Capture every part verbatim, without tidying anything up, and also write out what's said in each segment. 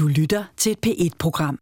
Du lytter til et P et program.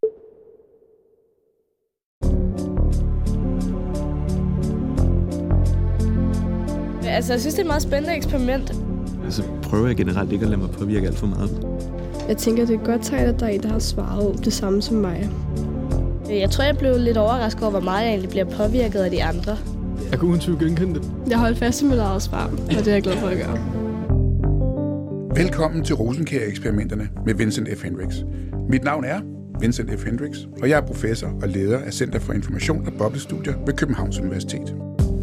Altså, jeg synes, det er et meget spændende eksperiment. Altså, prøver jeg generelt ikke at lade mig påvirke alt for meget. Jeg tænker, det er godt tegn, at der er en, der har svaret det samme som mig. Jeg tror, jeg blev lidt overrasket over, hvor meget jeg egentlig bliver påvirket af de andre. Jeg kan uden tvivl genkende det. Jeg holdt fast i mit eget svar, og det er jeg glad for at gøre. Velkommen til Rosenkjær-eksperimenterne med Vincent F. Hendricks. Mit navn er Vincent F. Hendricks, og jeg er professor og leder af Center for Information og Boblestudier ved Københavns Universitet.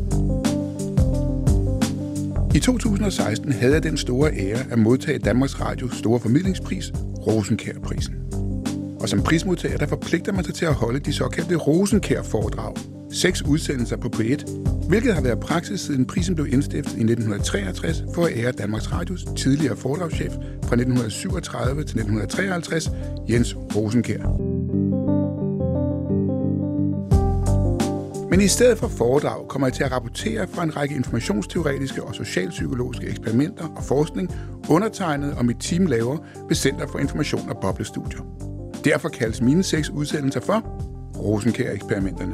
I to tusind og seksten havde jeg den store ære at modtage Danmarks Radios store formidlingspris, Rosenkjær-prisen. Og som prismodtager, der forpligter man sig til at holde de såkaldte Rosenkjær-foredrag. Seks udsendelser på P et, hvilket har været praksis siden prisen blev indstiftet i nitten treogtres for at ære Danmarks Radios tidligere foredragschef fra nitten syvogtredive til nitten treoghalvtreds, Jens Rosenkjær. Men i stedet for foredrag kommer jeg til at rapportere fra en række informationsteoretiske og socialpsykologiske eksperimenter og forskning, undertegnet og mit team laver ved Center for Information og Boblestudier. Derfor kaldes mine seks udsendelser for Rosenkjær-eksperimenterne.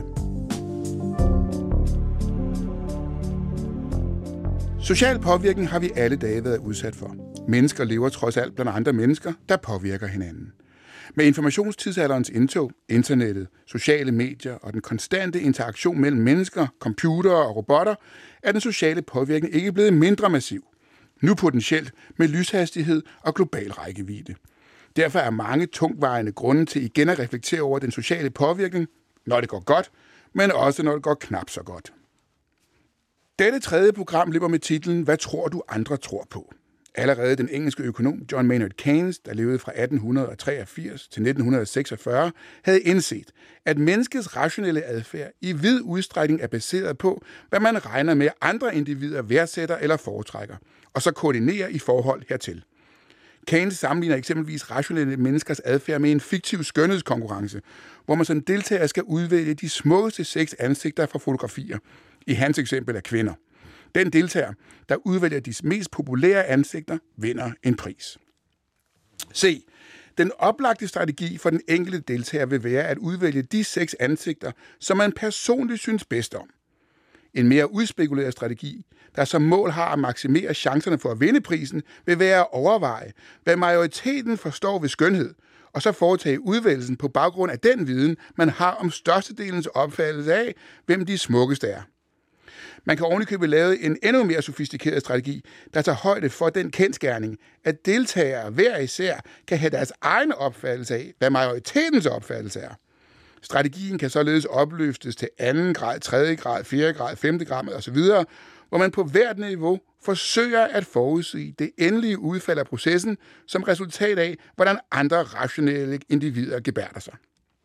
Social påvirkning har vi alle dage været udsat for. Mennesker lever trods alt blandt andre mennesker, der påvirker hinanden. Med informationstidsalderens indtog, internettet, sociale medier og den konstante interaktion mellem mennesker, computere og robotter, er den sociale påvirkning ikke blevet mindre massiv. Nu potentielt med lyshastighed og global rækkevidde. Derfor er mange tungtvejende grunde til igen at reflektere over den sociale påvirkning, når det går godt, men også når det går knap så godt. Dette tredje program løber med titlen Hvad tror du andre tror på? Allerede den engelske økonom John Maynard Keynes, der levede fra atten treogfirs til nitten seksogfyrre, havde indset, at menneskets rationelle adfærd i vid udstrækning er baseret på, hvad man regner med andre individer værdsætter eller foretrækker, og så koordinerer i forhold hertil. Keynes sammenligner eksempelvis rationelle menneskers adfærd med en fiktiv skønhedskonkurrence, hvor man som deltager skal udvælge de smukkeste seks ansigter fra fotografier. I hans eksempel er kvinder. Den deltager, der udvælger de mest populære ansigter, vinder en pris. C. Den oplagte strategi for den enkelte deltager vil være at udvælge de seks ansigter, som man personligt synes bedst om. En mere udspekuleret strategi, der som mål har at maksimere chancerne for at vinde prisen, vil være at overveje, hvad majoriteten forstår ved skønhed, og så foretage udvælgelsen på baggrund af den viden, man har om størstedelens opfattelse af, hvem de smukkeste er. Man kan ovenikøbet lave en endnu mere sofistikeret strategi, der tager højde for den kendsgerning, at deltagere hver især kan have deres egen opfattelse af, hvad majoritetens opfattelse er. Strategien kan således opløftes til anden grad, tredje grad, fjerde grad, femte grad osv., hvor man på hvert niveau forsøger at forudsige det endelige udfald af processen som resultat af, hvordan andre rationelle individer gebærder sig.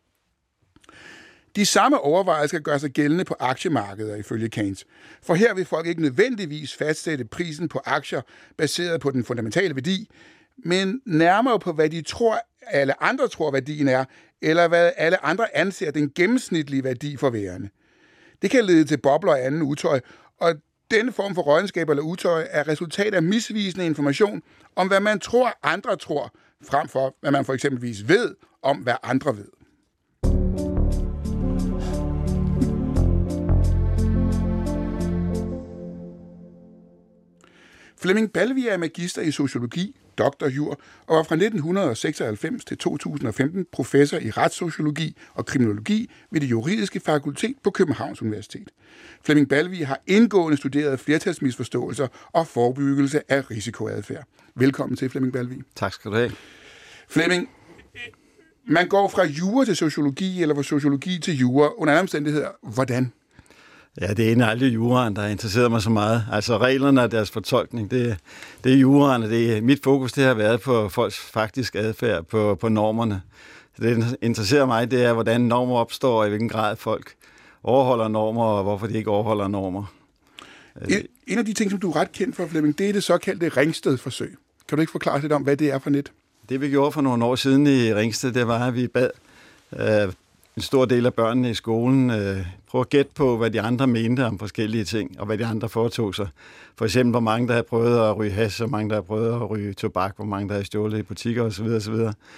De samme overvejelser skal gøre sig gældende på aktiemarkedet ifølge Keynes, for her vil folk ikke nødvendigvis fastsætte prisen på aktier baseret på den fundamentale værdi, men nærmere på, hvad de tror, alle andre tror værdien er, eller hvad alle andre anser den gennemsnitlige værdi for værende. Det kan lede til bobler og anden utøj, og denne form for rådenskab eller utøj er resultat af misvisende information om, hvad man tror, andre tror, frem for, hvad man for eksempelvis ved om, hvad andre ved. Flemming Balvig er magister i sociologi, doktor jur, og var fra nitten seksoghalvfems til to tusind og femten professor i retssociologi og kriminologi ved det juridiske fakultet på Københavns Universitet. Flemming Balvig har indgående studeret flertalsmisforståelser og forebyggelse af risikoadfærd. Velkommen til, Flemming Balvig. Tak skal du have. Flemming, man går fra jura til sociologi, eller fra sociologi til jura, under andre omstændigheder. Hvordan? Ja, det er aldrig juraen, der har interesseret mig så meget. Altså reglerne og deres fortolkning, det, det er juraen, og det er, mit fokus det har været på folks faktisk adfærd, på, på normerne. Det, der interesserer mig, det er, hvordan normer opstår, og i hvilken grad folk overholder normer, og hvorfor de ikke overholder normer. En, en af de ting, som du er ret kendt for, Flemming, det er det såkaldte Ringsted-forsøg. Kan du ikke forklare lidt om, hvad det er for net? Det vi gjorde for nogle år siden i Ringsted, det var, at vi bad øh, en stor del af børnene i skolen øh, prøve at gætte på, hvad de andre mente om forskellige ting, og hvad de andre foretog sig. For eksempel, hvor mange der havde prøvet at ryge hash, hvor mange der havde prøvet at ryge tobak, hvor mange der havde stjålet i butikker osv. osv.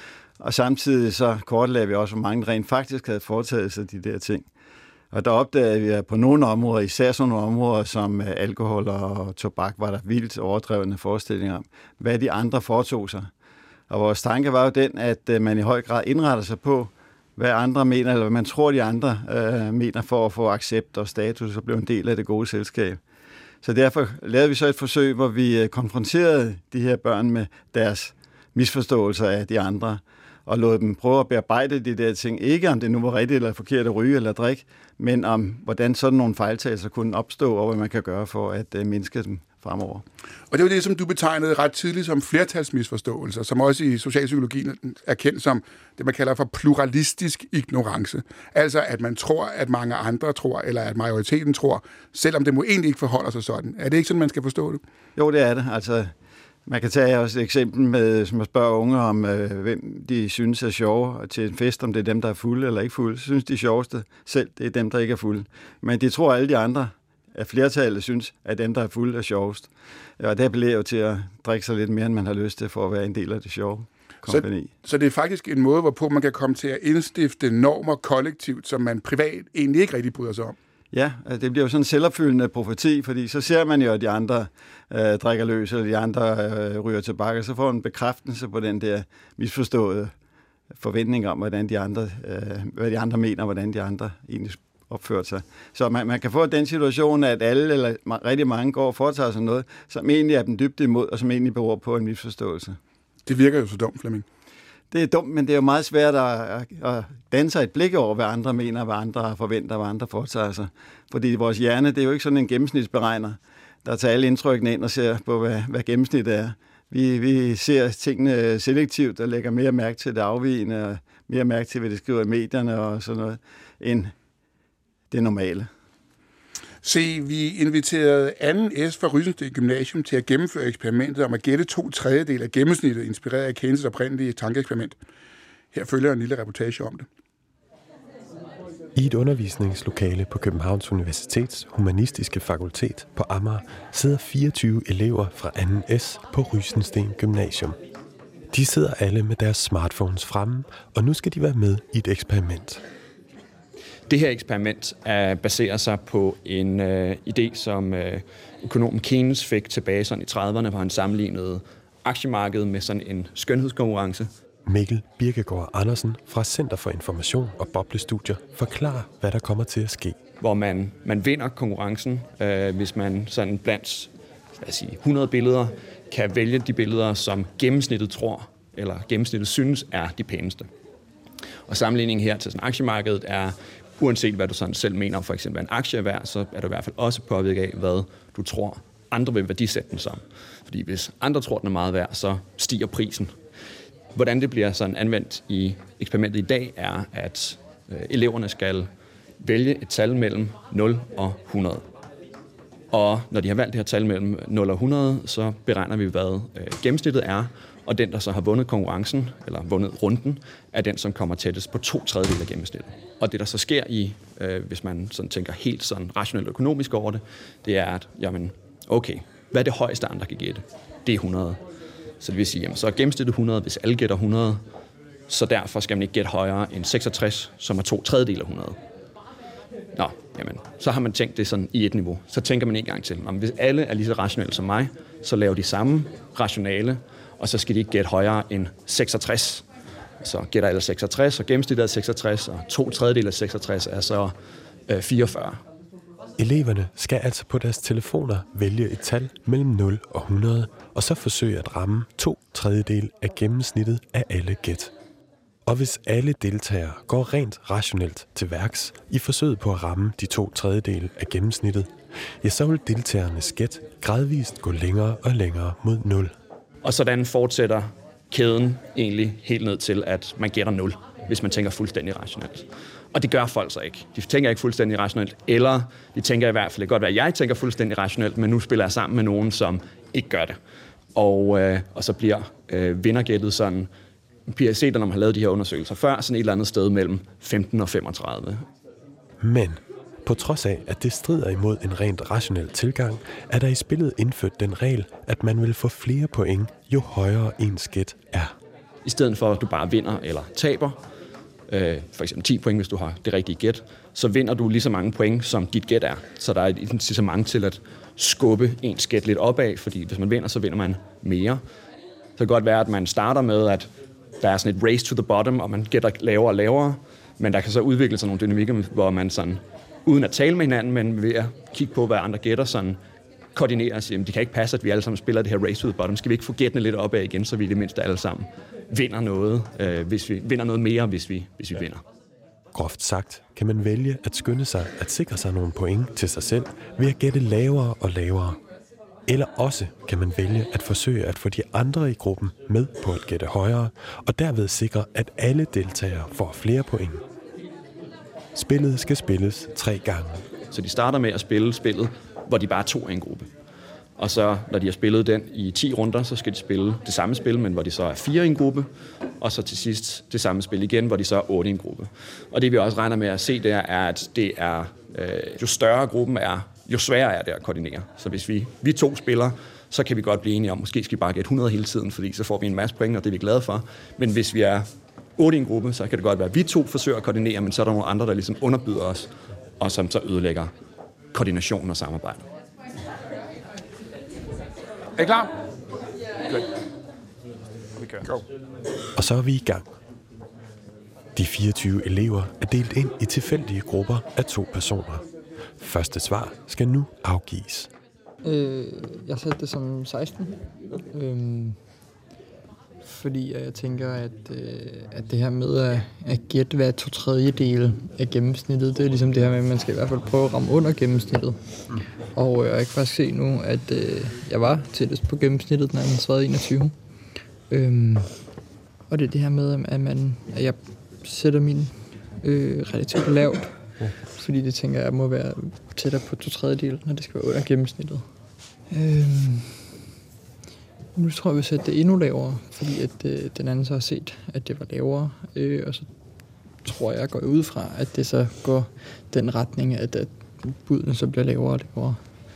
Og samtidig så kortlagde vi også, hvor mange rent faktisk havde foretaget sig de der ting. Og der opdagede vi, at på nogle områder, især sådan nogle områder som alkohol og tobak, var der vildt overdrevne forestillinger om, hvad de andre foretog sig. Og vores tanke var jo den, at man i høj grad indretter sig på, hvad andre mener, eller hvad man tror, de andre øh, mener, for at få accept og status og blive en del af det gode selskab. Så derfor lavede vi så et forsøg, hvor vi konfronterede de her børn med deres misforståelser af de andre, og lod dem prøve at bearbejde de der ting. Ikke om det nu var rigtigt eller forkert at ryge eller drikke, men om hvordan sådan nogle fejltagelser kunne opstå, og hvad man kan gøre for at uh, mindske dem fremover. Og det var det, som du betegnede ret tidligt som flertalsmisforståelser, som også i socialpsykologien er kendt som det, man kalder for pluralistisk ignorance. Altså, at man tror, at mange andre tror, eller at majoriteten tror, selvom det må egentlig ikke forholde sig sådan. Er det ikke sådan, man skal forstå det? Jo, det er det. Altså, man kan tage også et eksempel med, som at spørge unge om, øh, hvem de synes er sjove til en fest, om det er dem, der er fulde eller ikke fulde. Så synes de sjoveste selv, det er dem, der ikke er fulde. Men de tror, alle de andre, at flertallet synes, at dem, der er fulde, er sjovest. Og det appellerer jo til at drikke sig lidt mere, end man har lyst til, for at være en del af det sjove kompagni. Så, så det er faktisk en måde, hvorpå man kan komme til at indstifte normer kollektivt, som man privat egentlig ikke rigtig bryder sig om. Ja, det bliver jo sådan en selvopfyldende profeti, fordi så ser man jo, at de andre øh, drikker løs, eller de andre øh, ryger tilbage, og så får man en bekræftelse på den der misforståede forventning om, hvordan de andre, øh, hvad de andre mener, hvordan de andre egentlig opfører sig. Så man, man kan få den situation, at alle eller rigtig mange går og foretager sig noget, som egentlig er dem dybt imod, og som egentlig beror på en misforståelse. Det virker jo så dumt, Flemming. Det er dumt, men det er jo meget svært at, at danne sig et blik over, hvad andre mener, hvad andre forventer, hvad andre foretager sig. Fordi vores hjerne, det er jo ikke sådan en gennemsnitsberegner, der tager alle indtrykkene ind og ser på, hvad, hvad gennemsnittet er. Vi, vi ser tingene selektivt og lægger mere mærke til det afvigende, og mere mærke til, hvad det skriver i medierne og sådan noget, end det normale. Se, vi inviterede anden S fra Rysensteen Gymnasium til at gennemføre eksperimentet om at gætte to tredjedel af gennemsnittet, inspireret af Keynes' oprindelige tankeeksperiment. Her følger en lille reportage om det. I et undervisningslokale på Københavns Universitets Humanistiske Fakultet på Amager sidder fireogtyve elever fra anden S på Rysensteen Gymnasium. De sidder alle med deres smartphones fremme, og nu skal de være med i et eksperiment. Det her eksperiment er, baserer sig på en øh, idé, som øh, økonomen Keynes fik tilbage sådan i trediverne, hvor han sammenlignede aktiemarkedet med sådan en skønhedskonkurrence. Mikkel Birkegaard Andersen fra Center for Information og Boblestudier forklarer, hvad der kommer til at ske. Hvor man, man vinder konkurrencen, øh, hvis man sådan blandt lad os sige, hundrede billeder kan vælge de billeder, som gennemsnittet tror, eller gennemsnittet synes er de pæneste. Og sammenligningen her til sådan aktiemarkedet er, uanset hvad du sådan selv mener om for eksempel en aktie er værd, så er du i hvert fald også påvirket af, hvad du tror andre vil værdisætte den som. Fordi hvis andre tror, den er meget værd, så stiger prisen. Hvordan det bliver sådan anvendt i eksperimentet i dag, er, at øh, eleverne skal vælge et tal mellem nul og hundrede. Og når de har valgt det her tal mellem nul og hundrede, så beregner vi, hvad øh, gennemsnittet er, og den, der så har vundet konkurrencen, eller vundet runden, er den, som kommer tættest på to tredjedel af gennemsnittet. Og det, der så sker i, øh, hvis man sådan tænker helt sådan rationelt økonomisk over det, det er, at jamen, okay, hvad er det højeste, andre kan gætte? Det er hundrede. Så det vil sige, jamen, så er gennemsnittet hundrede, hvis alle gætter hundrede, så derfor skal man ikke gætte højere end seksogtres, som er to tredjedel af hundrede. Nå, jamen, så har man tænkt det sådan i et niveau. Så tænker man en gang til, jamen, hvis alle er lige så rationelle som mig, så laver de samme rationale, og så skal de ikke gætte højere end seksogtres. Så gætter alle seksogtres, og gennemsnittet er seksogtres, og to tredjedel af seksogtres er så øh, fireogfyrre. Eleverne skal altså på deres telefoner vælge et tal mellem nul og hundrede, og så forsøge at ramme to tredjedel af gennemsnittet af alle gæt. Og hvis alle deltagere går rent rationelt til værks i forsøget på at ramme de to tredjedel af gennemsnittet, ja, så vil deltagernes gæt gradvist gå længere og længere mod nul. Og sådan fortsætter kæden egentlig helt ned til, at man gætter nul, hvis man tænker fuldstændig rationelt. Og det gør folk så ikke. De tænker ikke fuldstændig rationelt, eller de tænker i hvert fald, det kan godt være, at jeg tænker fuldstændig rationelt, men nu spiller jeg sammen med nogen, som ikke gør det. Og, øh, og så bliver øh, vindergættet sådan, P I C, når man har lavet de her undersøgelser før, sådan et eller andet sted mellem femten og femogtredive. Men på trods af, at det strider imod en rent rationel tilgang, er der i spillet indført den regel, at man vil få flere point, jo højere ens gæt er. i stedet for at du bare vinder eller taber, øh, for eksempel ti point, hvis du har det rigtige gæt, så vinder du lige så mange point, som dit gæt er. Så der er et incitament til at skubbe ens gæt lidt opad, fordi hvis man vinder, så vinder man mere. Så kan det godt være, at man starter med, at der er sådan et race to the bottom, og man gætter lavere og lavere, men der kan så udvikle sig nogle dynamikker, hvor man sådan, uden at tale med hinanden, men ved at kigge på, hvad andre gætter, sådan koordinerer og siger, at det kan ikke passe, at vi alle sammen spiller det her race to the bottom. Skal vi ikke få gættene lidt opad igen, så vi i det mindste alle sammen vinder noget, øh, hvis vi vinder noget mere, hvis vi, hvis vi vinder. Groft sagt kan man vælge at skynde sig at sikre sig nogle point til sig selv ved at gætte lavere og lavere. Eller også kan man vælge at forsøge at få de andre i gruppen med på at gætte højere, og derved sikre, at alle deltagere får flere point. Spillet skal spilles tre gange. Så de starter med at spille spillet, hvor de bare er to i en gruppe. Og så, når de har spillet den i ti runder, så skal de spille det samme spil, men hvor de så er fire i en gruppe. Og så til sidst det samme spil igen, hvor de så er otte i en gruppe. Og det vi også regner med at se der, er, at det er, øh, jo større gruppen er, jo sværere er det at koordinere. Så hvis vi, vi to spiller, så kan vi godt blive enige om, måske skal vi bare gætte hundrede hele tiden, fordi så får vi en masse point, og det er vi glade for. Men hvis vi er otte i en gruppe, så kan det godt være, at vi to forsøger at koordinere, men så er der nogle andre, der ligesom underbyder os, og som så ødelægger koordination og samarbejde. Er I klar? Godt. Vi kører. Go. Og så er vi i gang. De fireogtyve elever er delt ind i tilfældige grupper af to personer. Første svar skal nu afgives. Øh, jeg satte det som seksten. Øhm, fordi jeg tænker, at, øh, at det her med at, at gætte hver to tredjedele af gennemsnittet, det er ligesom det her med, at man skal i hvert fald prøve at ramme under gennemsnittet. Mm. Og øh, jeg kan faktisk se nu, at øh, jeg var tættest på gennemsnittet, når jeg svarede enogtyve. Øhm, og det er det her med, at, man, at jeg sætter min øh, relativt lavt. Fordi det tænker jeg må være tættere på to tredjedel, når det skal være under gennemsnittet. Øhm, nu tror jeg, vi sætter det endnu lavere, fordi at, øh, den anden så har set, at det var lavere. Øh, og så tror jeg, går ud fra, at det så går den retning, at, at budene så bliver lavere og lavere.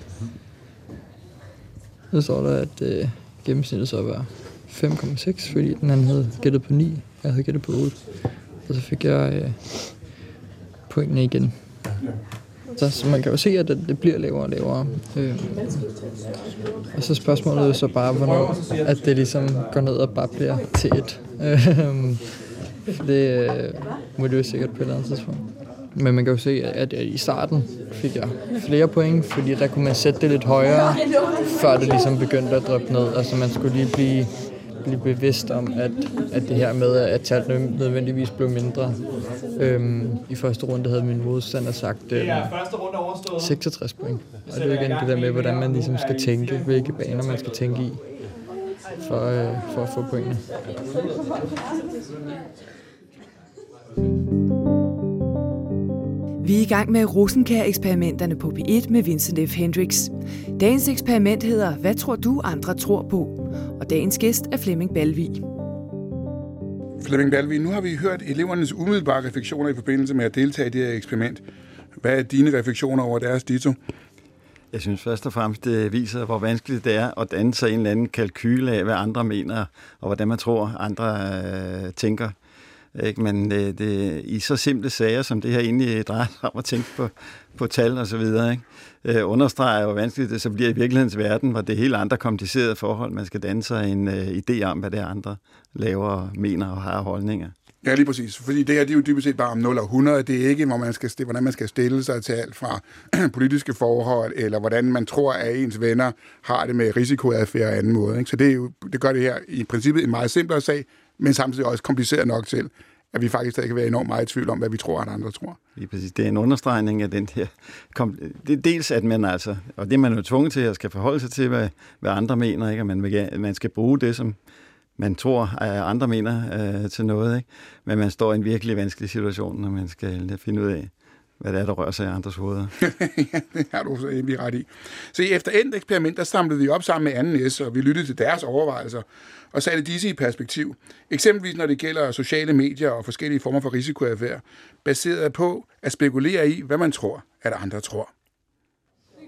Så står der, at øh, gennemsnittet så var fem komma seks, fordi den anden havde gættet på ni, jeg havde gættet på otte. Og så fik jeg øh, pointene igen. Så, så man kan jo se, at det, det bliver lavere og lavere. Øh, og så spørgsmålet er jo så bare, hvornår at det ligesom går ned og bare bliver til et. Øh, det øh, må det jo sikkert på et eller andet tidspunkt. Men man kan jo se, at i starten fik jeg flere point, fordi der kunne man sætte det lidt højere, før det ligesom begyndte at dryppe ned. Altså man skulle lige blive, blive bevidst om, at, at det her med, at tallet nødvendigvis blev mindre. Øhm, I første runde havde min modstander sagt øhm, seksogtres point. Og det er jo igen det der med, hvordan man ligesom skal tænke, hvilke baner man skal tænke i, for, øh, for at få pointene. Vi er i gang med Rosenkjær-eksperimenterne på P et med Vincent F. Hendricks. Dagens eksperiment hedder Hvad tror du andre tror på? Og dagens gæst er Flemming Balvig. Flemming Balvig, nu har vi hørt elevernes umiddelbare refleksioner i forbindelse med at deltage i det her eksperiment. Hvad er dine refleksioner over deres ditto? Jeg synes først og fremmest, det viser, hvor vanskeligt det er at danne sig en eller anden kalkyle af, hvad andre mener, og hvordan man tror, andre øh, tænker. Ikke? Men det, det, i så simple sager, som det her egentlig drejer sig om at tænke på, på tal og så videre, ikke? Øh, understreger hvor vanskeligt det så bliver i virkelighedens verden, hvor det er helt andre komplicerede forhold. Man skal danne sig en øh, idé om, hvad det er andre laver, mener og har holdninger. Ja, lige præcis. Fordi det her, det er jo dybest set bare om nul og hundrede. Det er ikke, hvor man skal, hvordan man skal stille sig til alt fra politiske forhold, eller hvordan man tror, at ens venner har det med risikoadfærd og anden måde. Ikke? Så det, er jo, det gør det her i princippet en meget simplere sag, men samtidig også kompliceret nok til, at vi faktisk stadig kan være enormt meget i tvivl om, hvad vi tror, at andre tror. Lige præcis. Det er en understregning af den her... Det er dels, at man altså... Og det man er jo tvunget til at skal forholde sig til, hvad, hvad andre mener, ikke? At man, man skal bruge det, som man tror, at andre mener øh, til noget, ikke? Men man står i en virkelig vanskelig situation, når man skal finde ud af, hvad det er, der rører sig i andres hoveder. Ja, det har du så egentlig ret i. Så efter endt eksperiment, der samlede vi op sammen med anden S, og vi lyttede til deres overvejelser, og satte disse i perspektiv. Eksempelvis når det gælder sociale medier og forskellige former for risikoadfærd, baseret på at spekulere i, hvad man tror, at andre tror.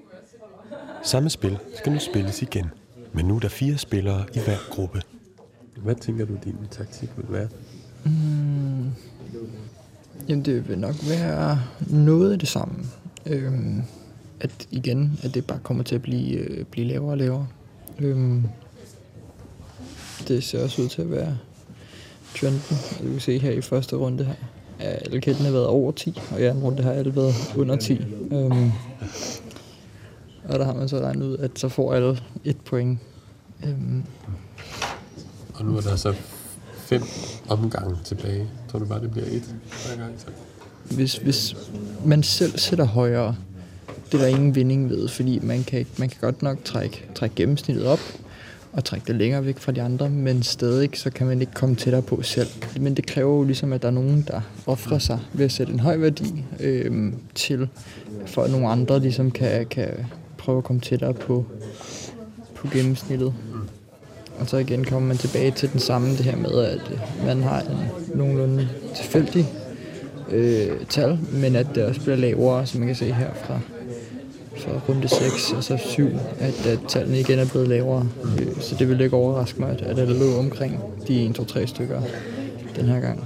Samme spil skal nu spilles igen, men nu er der fire spillere i hver gruppe. Hvad tænker du, din taktik vil være? Mm, jamen, det vil nok være noget af det samme. Øhm, at igen, at det bare kommer til at blive, øh, blive lavere og lavere. Øhm, det ser også ud til at være trenden. Du kan se her i første runde her, at alle kældene har været over ti, og i anden runde har alle været under ti. Øhm, og der har man så regnet ud, at så får alle et point. Øhm, og nu er der så fem omgange tilbage. Tror du bare, det bliver et hver gang? Så? Hvis, hvis man selv sætter højere, det er der ingen vinding ved, fordi man kan, man kan godt nok trække, trække gennemsnittet op og trække det længere væk fra de andre, men stadig så kan man ikke komme tættere på selv. Men det kræver jo ligesom, at der er nogen, der offrer sig ved at sætte en høj værdi øh, til, for at nogle andre ligesom kan, kan prøve at komme tættere på, på gennemsnittet. Og så igen kommer man tilbage til den samme, det her med, at man har en nogenlunde tilfældig øh, tal, men at det også bliver lavere, som man kan se her fra, fra runde seks og så syv, at, at tallene igen er blevet lavere. Øh, så det vil ikke overraske mig, at det lå omkring de en, to, tre stykker den her gang.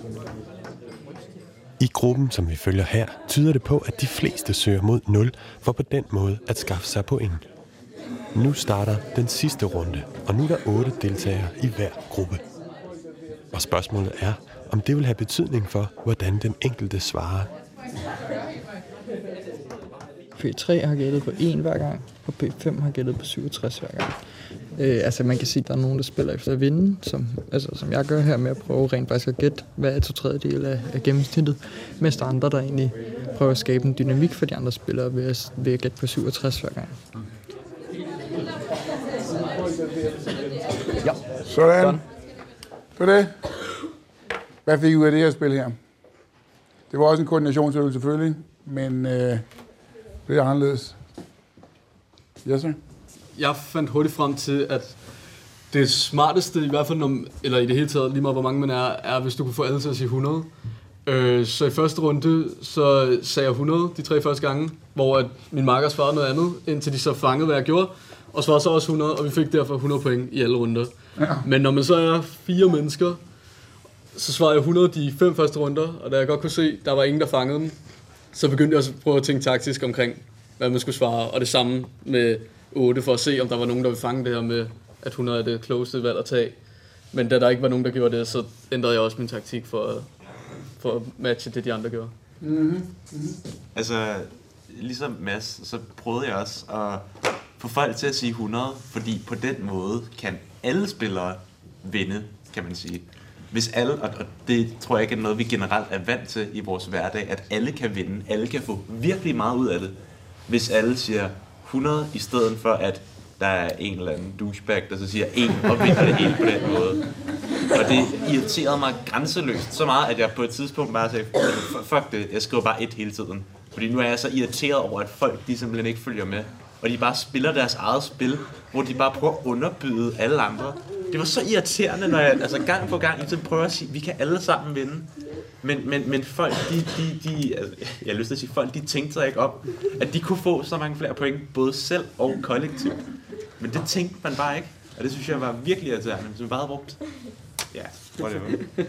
I gruppen, som vi følger her, tyder det på, at de fleste søger mod nul, for på den måde at skaffe sig point. Nu starter den sidste runde, og nu er der otte deltagere i hver gruppe. Og spørgsmålet er, om det vil have betydning for, hvordan den enkelte svarer. P tre har gættet på en hver gang, og P fem har gættet på syvogtres hver gang. Øh, altså man kan sige, at der er nogen, der spiller efter at vinde, som, altså, som jeg gør her med at prøve rent faktisk at gætte, hvad er to tredjedel af, af gennemsnittet, mens der er andre, der egentlig prøver at skabe en dynamik for de andre spillere ved at, ved at gætte på syvogtres hver gang. Ja. Sådan. Det er det. Hvad fik I ud af det her spil her? Det var også en koordinationsøvelse selvfølgelig, men øh, det er anderledes. Yes, sir. Jeg fandt hurtigt frem til, at det smarteste, i hvert fald, når, eller i det hele taget, lige meget hvor mange man er, er, hvis du kunne få alle til at sige hundrede. Øh, så i første runde, så sagde jeg hundrede de tre første gange, hvor at min makker svarede noget andet, indtil de så fangede, hvad jeg gjorde, og svarede så også hundrede, og vi fik derfor hundrede point i alle runder. Ja. Men når man så er fire mennesker, så svarede jeg hundrede de fem første runder, og da jeg godt kunne se, der var ingen, der fangede dem, så begyndte jeg også at prøve at tænke taktisk omkring, hvad man skulle svare, og det samme med otte, for at se, om der var nogen, der ville fange det her med, at hundrede er det klogeste valg at tage. Men da der ikke var nogen, der gjorde det, så ændrede jeg også min taktik for at, for at matche det, de andre gjorde. Mm-hmm. Mm-hmm. Altså, ligesom Mads, så prøvede jeg også at få folk til at sige hundrede, fordi på den måde kan alle spillere vinde, kan man sige. Hvis alle, og det tror jeg ikke er noget, vi generelt er vant til i vores hverdag, at alle kan vinde, alle kan få virkelig meget ud af det, hvis alle siger hundrede, i stedet for at der er en eller anden douchebag, der så siger en og vinder det hele på den måde. Og det irriterede mig grænseløst så meget, at jeg på et tidspunkt bare sagde, fuck det, jeg skriver bare et hele tiden. Fordi nu er jeg så irriteret over, at folk de simpelthen ikke følger med. Og de bare spiller deres eget spil, hvor de bare prøver at underbyde alle andre. Det var så irriterende, når jeg altså gang på gang ligesom prøver at sige, vi kan alle sammen vinde. Men, men, men folk, de, de, de altså, jeg har lyst til at sige, folk, de tænkte sig ikke om, at de kunne få så mange flere point, både selv og kollektivt. Men det tænkte man bare ikke, og det synes jeg var virkelig irriterende, hvis man bare havde brugt. Ja, whatever.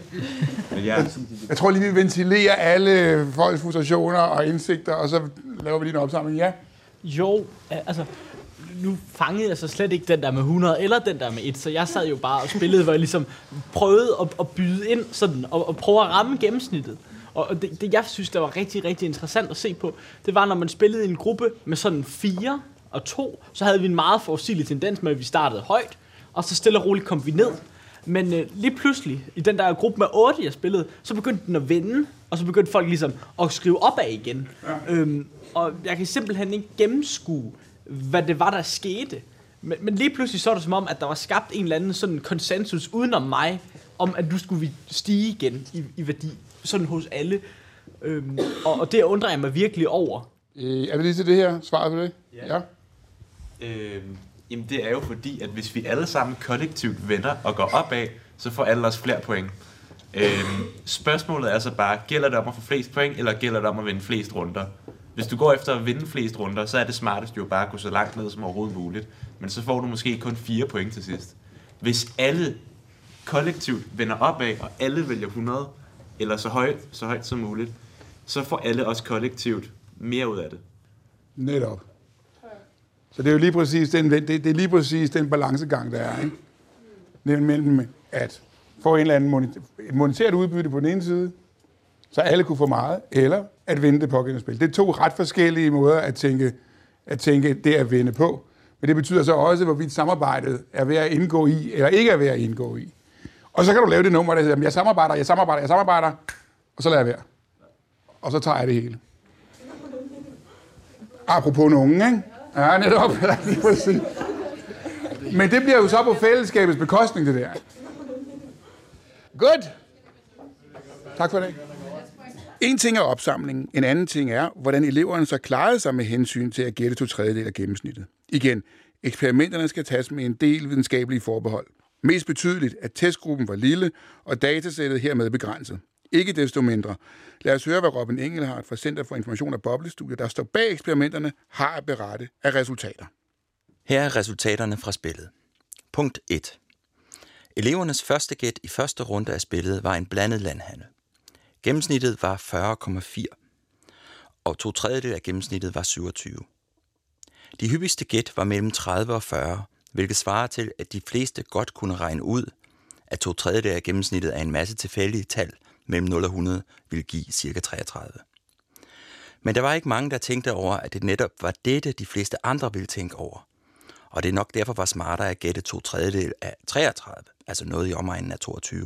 Men ja. Jeg tror lige, vi ventilerer alle folks frustrationer og indsigter, og så laver vi lige en opsamling, ja? Jo, altså, nu fangede jeg så slet ikke den der med hundrede, eller den der med et, så jeg sad jo bare og spillede, hvor jeg ligesom prøvede at, at byde ind sådan, og, og prøve at ramme gennemsnittet. Og det, det, jeg synes, der var rigtig, rigtig interessant at se på, det var, når man spillede i en gruppe med sådan fire og to, så havde vi en meget forudsigelig tendens med, at vi startede højt, og så stille og roligt kom vi ned. Men øh, lige pludselig, i den der gruppe med otte, jeg spillede, så begyndte den at vende, og så begyndte folk ligesom at skrive opad igen. Ja. Øhm, og jeg kan simpelthen ikke gennemskue, hvad det var, der skete. Men, men lige pludselig så er det som om, at der var skabt en eller anden sådan konsensus udenom mig, om at nu skulle vi stige igen i, i værdi, sådan hos alle. Øhm, og, og det undrer jeg mig virkelig over. Øh, er det lige til det her? Svaret på det? Ja. ja. Øhm, jamen det er jo fordi, at hvis vi alle sammen kollektivt vender og går opad, så får alle os flere point. Øhm, spørgsmålet er så bare, gælder det om at få flest point, eller gælder det om at vinde flest runder? Hvis du går efter at vinde flest runder, så er det smartest jo bare at gå så langt ned som overhovedet muligt. Men så får du måske kun fire point til sidst. Hvis alle kollektivt vender opad, og alle vælger hundrede, eller så højt, så højt som muligt, så får alle også kollektivt mere ud af det. Netop. Så det er jo lige præcis den, det, det er lige præcis den balancegang, der er, ikke? Mellem at få en eller anden monetært udbytte på den ene side, så alle kunne få meget, eller at vinde det pågældende spil. Det er to ret forskellige måder at tænke, at tænke det at vinde på. Men det betyder så også, hvorvidt samarbejdet er ved at indgå i, eller ikke er ved at indgå i. Og så kan du lave det nummer, der hedder, jeg samarbejder, jeg samarbejder, jeg samarbejder, og så lader jeg være. Og så tager jeg det hele. Apropos nogen, ikke? Ja, netop. Men det bliver jo så på fællesskabets bekostning, det der. Godt. Tak for det. En ting er opsamlingen, en anden ting er, hvordan eleverne så klarede sig med hensyn til at gætte to tredjedel af gennemsnittet. Igen, eksperimenterne skal tages med en del videnskabelige forbehold. Mest betydeligt, at testgruppen var lille, og datasættet hermed begrænset. Ikke desto mindre. Lad os høre, hvad Robin Engelhardt fra Center for Information og Boblestudier, der står bag eksperimenterne, har at berette af resultater. Her er resultaterne fra spillet. Punkt et. Elevernes første gæt i første runde af spillet var en blandet landhandel. Gennemsnittet var fyrre komma fire, og to tredjedel af gennemsnittet var syvogtyve. De hyppigste gæt var mellem tredive og fyrre, hvilket svarer til, at de fleste godt kunne regne ud, at to tredjedel af gennemsnittet af en masse tilfældige tal mellem nul og hundrede ville give ca. treogtredive. Men der var ikke mange, der tænkte over, at det netop var dette, de fleste andre ville tænke over. Og det er nok derfor var smartere at gætte to tredjedel af treogtredive, altså noget i omegnen af toogtyve.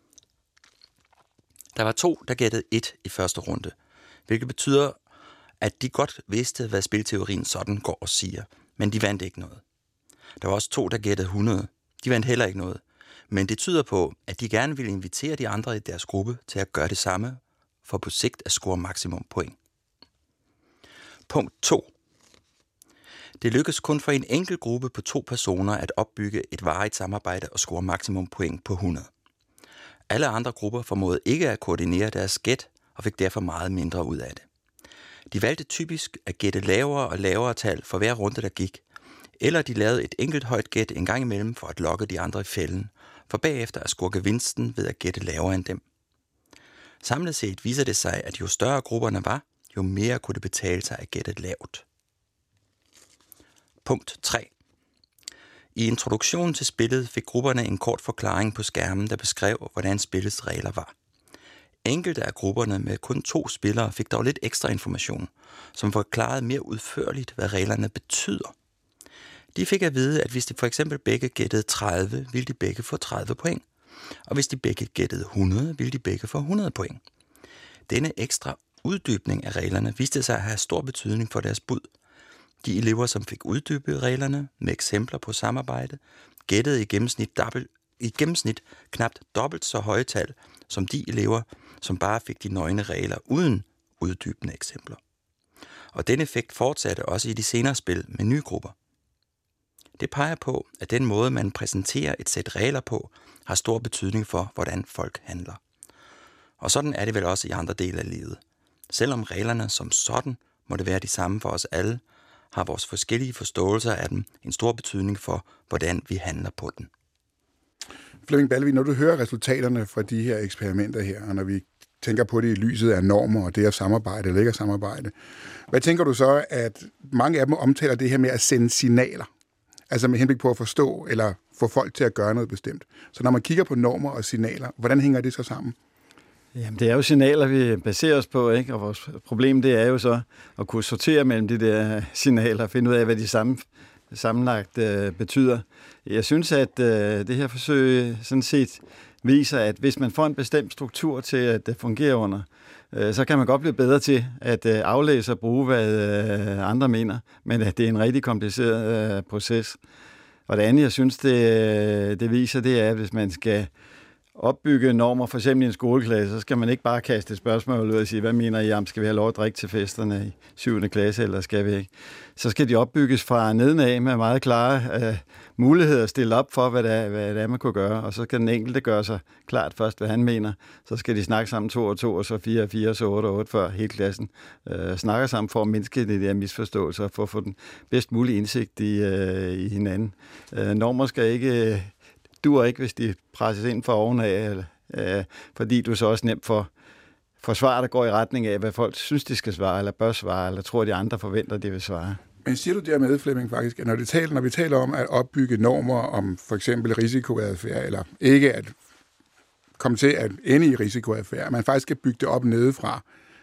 Der var to, der gættede et i første runde, hvilket betyder, at de godt vidste, hvad spilteorien sådan går og siger, men de vandt ikke noget. Der var også to, der gættede hundrede. De vandt heller ikke noget, men det tyder på, at de gerne ville invitere de andre i deres gruppe til at gøre det samme, for på sigt at score maksimum point. Punkt to. Det lykkedes kun for en enkelt gruppe på to personer at opbygge et varigt samarbejde og score maksimum point på hundrede. Alle andre grupper formåede ikke at koordinere deres gæt og fik derfor meget mindre ud af det. De valgte typisk at gætte lavere og lavere tal for hver runde, der gik, eller de lavede et enkelt højt gæt en gang imellem for at lokke de andre i fælden, for bagefter at score gevinsten ved at gætte lavere end dem. Samlet set viser det sig, at jo større grupperne var, jo mere kunne det betale sig at gætte lavt. Punkt tre. I introduktionen til spillet fik grupperne en kort forklaring på skærmen, der beskrev, hvordan spillets regler var. Enkelte af grupperne med kun to spillere fik dog lidt ekstra information, som forklarede mere udførligt, hvad reglerne betyder. De fik at vide, at hvis de for eksempel begge gættede tredive, ville de begge få tredive point, og hvis de begge gættede hundrede, ville de begge få hundrede point. Denne ekstra uddybning af reglerne viste sig at have stor betydning for deres bud. De elever, som fik uddybet reglerne med eksempler på samarbejde, gættede i gennemsnit, dobbelt, i gennemsnit knapt dobbelt så høje tal som de elever, som bare fik de nøgne regler uden uddybende eksempler. Og den effekt fortsatte også i de senere spil med nye grupper. Det peger på, at den måde, man præsenterer et sæt regler på, har stor betydning for, hvordan folk handler. Og sådan er det vel også i andre dele af livet. Selvom reglerne som sådan må det være de samme for os alle, har vores forskellige forståelser af dem en stor betydning for, hvordan vi handler på den. Flemming Balvig, når du hører resultaterne fra de her eksperimenter her, og når vi tænker på det i lyset af normer og det at samarbejde eller ikke at samarbejde, hvad tænker du så, at mange af dem omtaler det her med at sende signaler? Altså med henblik på at forstå eller få folk til at gøre noget bestemt. Så når man kigger på normer og signaler, hvordan hænger det så sammen? Jamen, det er jo signaler, vi baserer os på, ikke? Og vores problem, det er jo så at kunne sortere mellem de der signaler og finde ud af, hvad de sammen, sammenlagt øh, betyder. Jeg synes, at øh, det her forsøg sådan set viser, at hvis man får en bestemt struktur til at fungere under, øh, så kan man godt blive bedre til at øh, aflæse og bruge, hvad øh, andre mener, men at det er en rigtig kompliceret øh, proces. Og det andet, jeg synes, det, det viser, det er, at hvis man skal opbygge normer, for eksempel i en skoleklasse, så skal man ikke bare kaste et spørgsmål ud og sige, hvad mener I om, skal vi have lov at drikke til festerne i syvende klasse, eller skal vi ikke? Så skal de opbygges fra nedenaf med meget klare uh, muligheder at stille op for, hvad det, er, hvad det er, man kunne gøre, og så skal den enkelte gøre sig klart først, hvad han mener. Så skal de snakke sammen to og to, og så fire og fire, og så otte og otte, før hele klassen uh, snakker sammen for at mindske de der misforståelser, og for at få den bedst mulige indsigt i, uh, i hinanden. Uh, normer skal ikke duer ikke, hvis de presses ind fra ovenaf, eller, øh, fordi du så også nemt får for svar, der går i retning af, hvad folk synes, de skal svare, eller bør svare, eller tror, de andre forventer, de vil svare. Men siger du dermed, Flemming, faktisk, at når, de taler, når vi taler om at opbygge normer om for eksempel risikoadfærd, eller ikke at komme til at ende i risikoadfærd, at man faktisk skal bygge det op nedefra,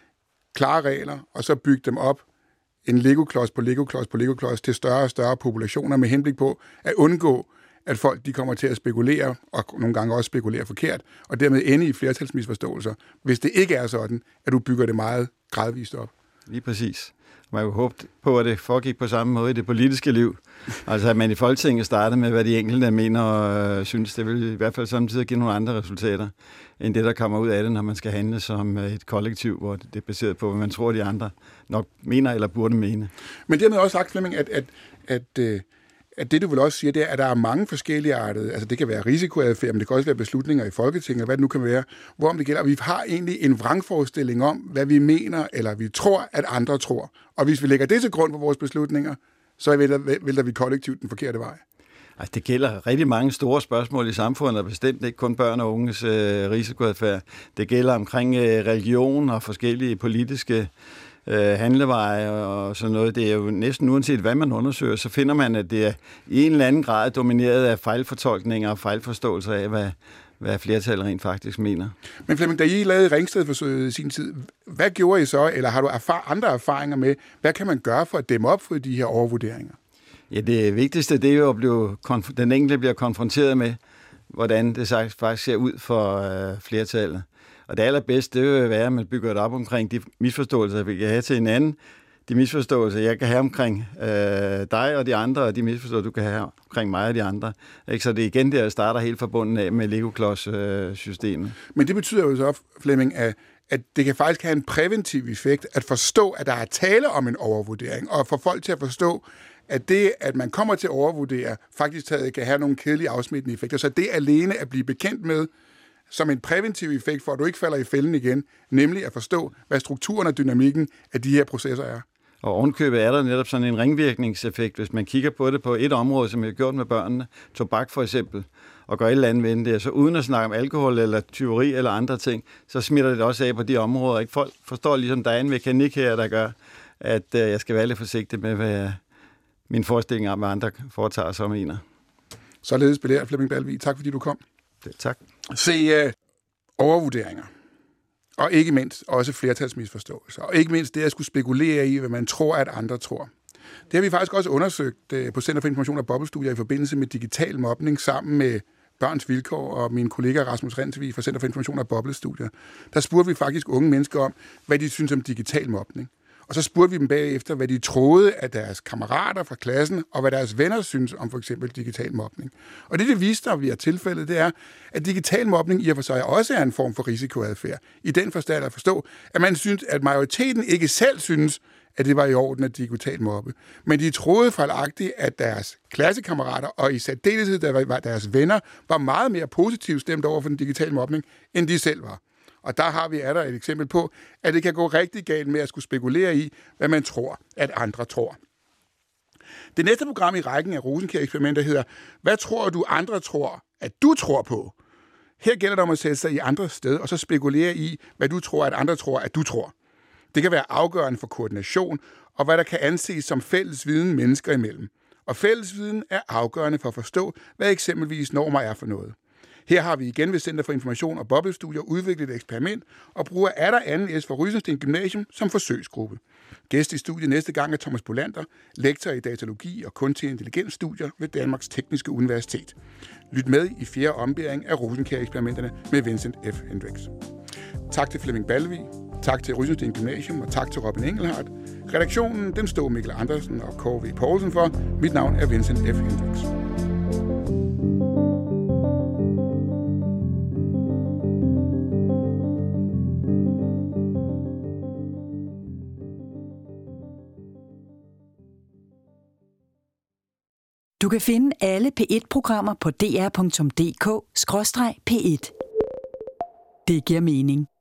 klare regler, og så bygge dem op en legoklods på legoklods på legoklods til større og større populationer med henblik på at undgå, at folk de kommer til at spekulere, og nogle gange også spekulere forkert, og dermed ende i flertalsmisforståelser, hvis det ikke er sådan, at du bygger det meget gradvist op. Lige præcis. Man kunne håbe på, at det foregik på samme måde i det politiske liv. Altså, at man i Folketinget startede med, hvad de enkelte mener og øh, synes, det vil i hvert fald samtidig give nogle andre resultater, end det, der kommer ud af det, når man skal handle som et kollektiv, hvor det er baseret på, hvad man tror, de andre nok mener eller burde mene. Men dermed også sagt, Flemming, at, at, at, at, at det, du vil også sige, det er, at der er mange forskellige artede, altså det kan være risikoadfærd, men det kan også være beslutninger i Folketinget, hvad det nu kan være, hvorom det gælder. Og vi har egentlig en vrangforestilling om, hvad vi mener, eller vi tror, at andre tror. Og hvis vi lægger det til grund for vores beslutninger, så vælter, vælter vi kollektivt den forkerte vej. Altså, det gælder rigtig mange store spørgsmål i samfundet, og bestemt ikke kun børn og unges øh, risikoadfærd. Det gælder omkring øh, religion og forskellige politiske øh, handleveje og sådan noget. Det er jo næsten uanset, hvad man undersøger, så finder man, at det er i en eller anden grad domineret af fejlfortolkninger og fejlforståelser af, hvad, hvad flertallet rent faktisk mener. Men Flemming, da I lavede Ringsted-forsøget i sin tid, hvad gjorde I så, eller har du erfar- andre erfaringer med, hvad kan man gøre for at dæmme op for de her overvurderinger? Ja, det vigtigste, det er jo at blive konf- den enkelte bliver konfronteret med, hvordan det faktisk ser ud for øh, flertallet. Og det allerbedste, det vil være, at man bygger det op omkring de misforståelser, vi kan have til hinanden, de misforståelser, jeg kan have omkring øh, dig og de andre, og de misforståelser, du kan have omkring mig og de andre. Ikke? Så det er igen der, starter helt forbundet af med Lego-klods-systemet. Men det betyder jo så, Flemming, at, at det kan faktisk have en præventiv effekt at forstå, at der er tale om en overvurdering, og få folk til at forstå, at det, at man kommer til at overvurdere, faktisk kan have nogle kedelige afsmittende effekter. Så det alene at blive bekendt med, som en præventiv effekt, for at du ikke falder i fælden igen, nemlig at forstå, hvad strukturen og dynamikken af de her processer er. Og ovenkøbet er der netop sådan en ringvirkningseffekt, hvis man kigger på det på et område, som vi har gjort med børnene, tobak for eksempel, og gør et eller andet ved det, så uden at snakke om alkohol eller tyveri eller andre ting, så smitter det også af på de områder. Ikke? Folk forstår ligesom, der er en mekanik her, der gør, at øh, jeg skal være lidt forsigtig med, hvad jeg, min forestilling om, hvad andre foretager sig og mener. Således belærer Flemming Balvig. Tak fordi du kom. Det, tak. Se, uh, overvurderinger. Og ikke mindst også flertalsmisforståelser. Og ikke mindst det at skulle spekulere i, hvad man tror, at andre tror. Det har vi faktisk også undersøgt uh, på Center for Information og Bobbelstudier i forbindelse med digital mobning sammen med Børns Vilkår og min kollega Rasmus Rensvig fra Center for Information og Bobbelstudier. Der spurgte vi faktisk unge mennesker om, hvad de synes om digital mobning. Og så spurgte vi dem bagefter, hvad de troede af deres kammerater fra klassen, og hvad deres venner synes om for eksempel digital mobning. Og det, det viste, at vi har tilfældet, det er, at digital mobning i og for sig også er en form for risikoadfærd. I den forstand at forstå, at man synes, at majoriteten ikke selv synes, at det var i orden at digital mobbe. Men de troede fejlagtigt, at deres klassekammerater, og i særdeleshed deres venner, var meget mere positivt stemt over for den digitale mobning, end de selv var. Og der har vi er der et eksempel på, at det kan gå rigtig galt med at skulle spekulere i, hvad man tror, at andre tror. Det næste program i rækken af Rosenkjær-eksperimenter hedder, hvad tror du, andre tror, at du tror på? Her gælder det om at sætte sig i andre sted, og så spekulere i, hvad du tror, at andre tror, at du tror. Det kan være afgørende for koordination, og hvad der kan anses som fælles viden mennesker imellem. Og fælles viden er afgørende for at forstå, hvad eksempelvis normer er for noget. Her har vi igen ved Center for Information og Bobbelstudier udviklet et eksperiment og bruger atter anden S for Rysensten Gymnasium som forsøgsgruppe. Gæst i studiet næste gang er Thomas Bolander, lektor i datalogi og kunstig intelligensstudier ved Danmarks Tekniske Universitet. Lyt med i fjerde ombæring af Rosenkjær-eksperimenterne med Vincent F. Hendricks. Tak til Flemming Balvig, tak til Rysensten Gymnasium og tak til Robin Engelhardt. Redaktionen den stod Mikkel Andersen og K V Poulsen for. Mit navn er Vincent F. Hendricks. Du kan finde alle P et-programmer på d r punktum d k skråstreg p et. Det giver mening.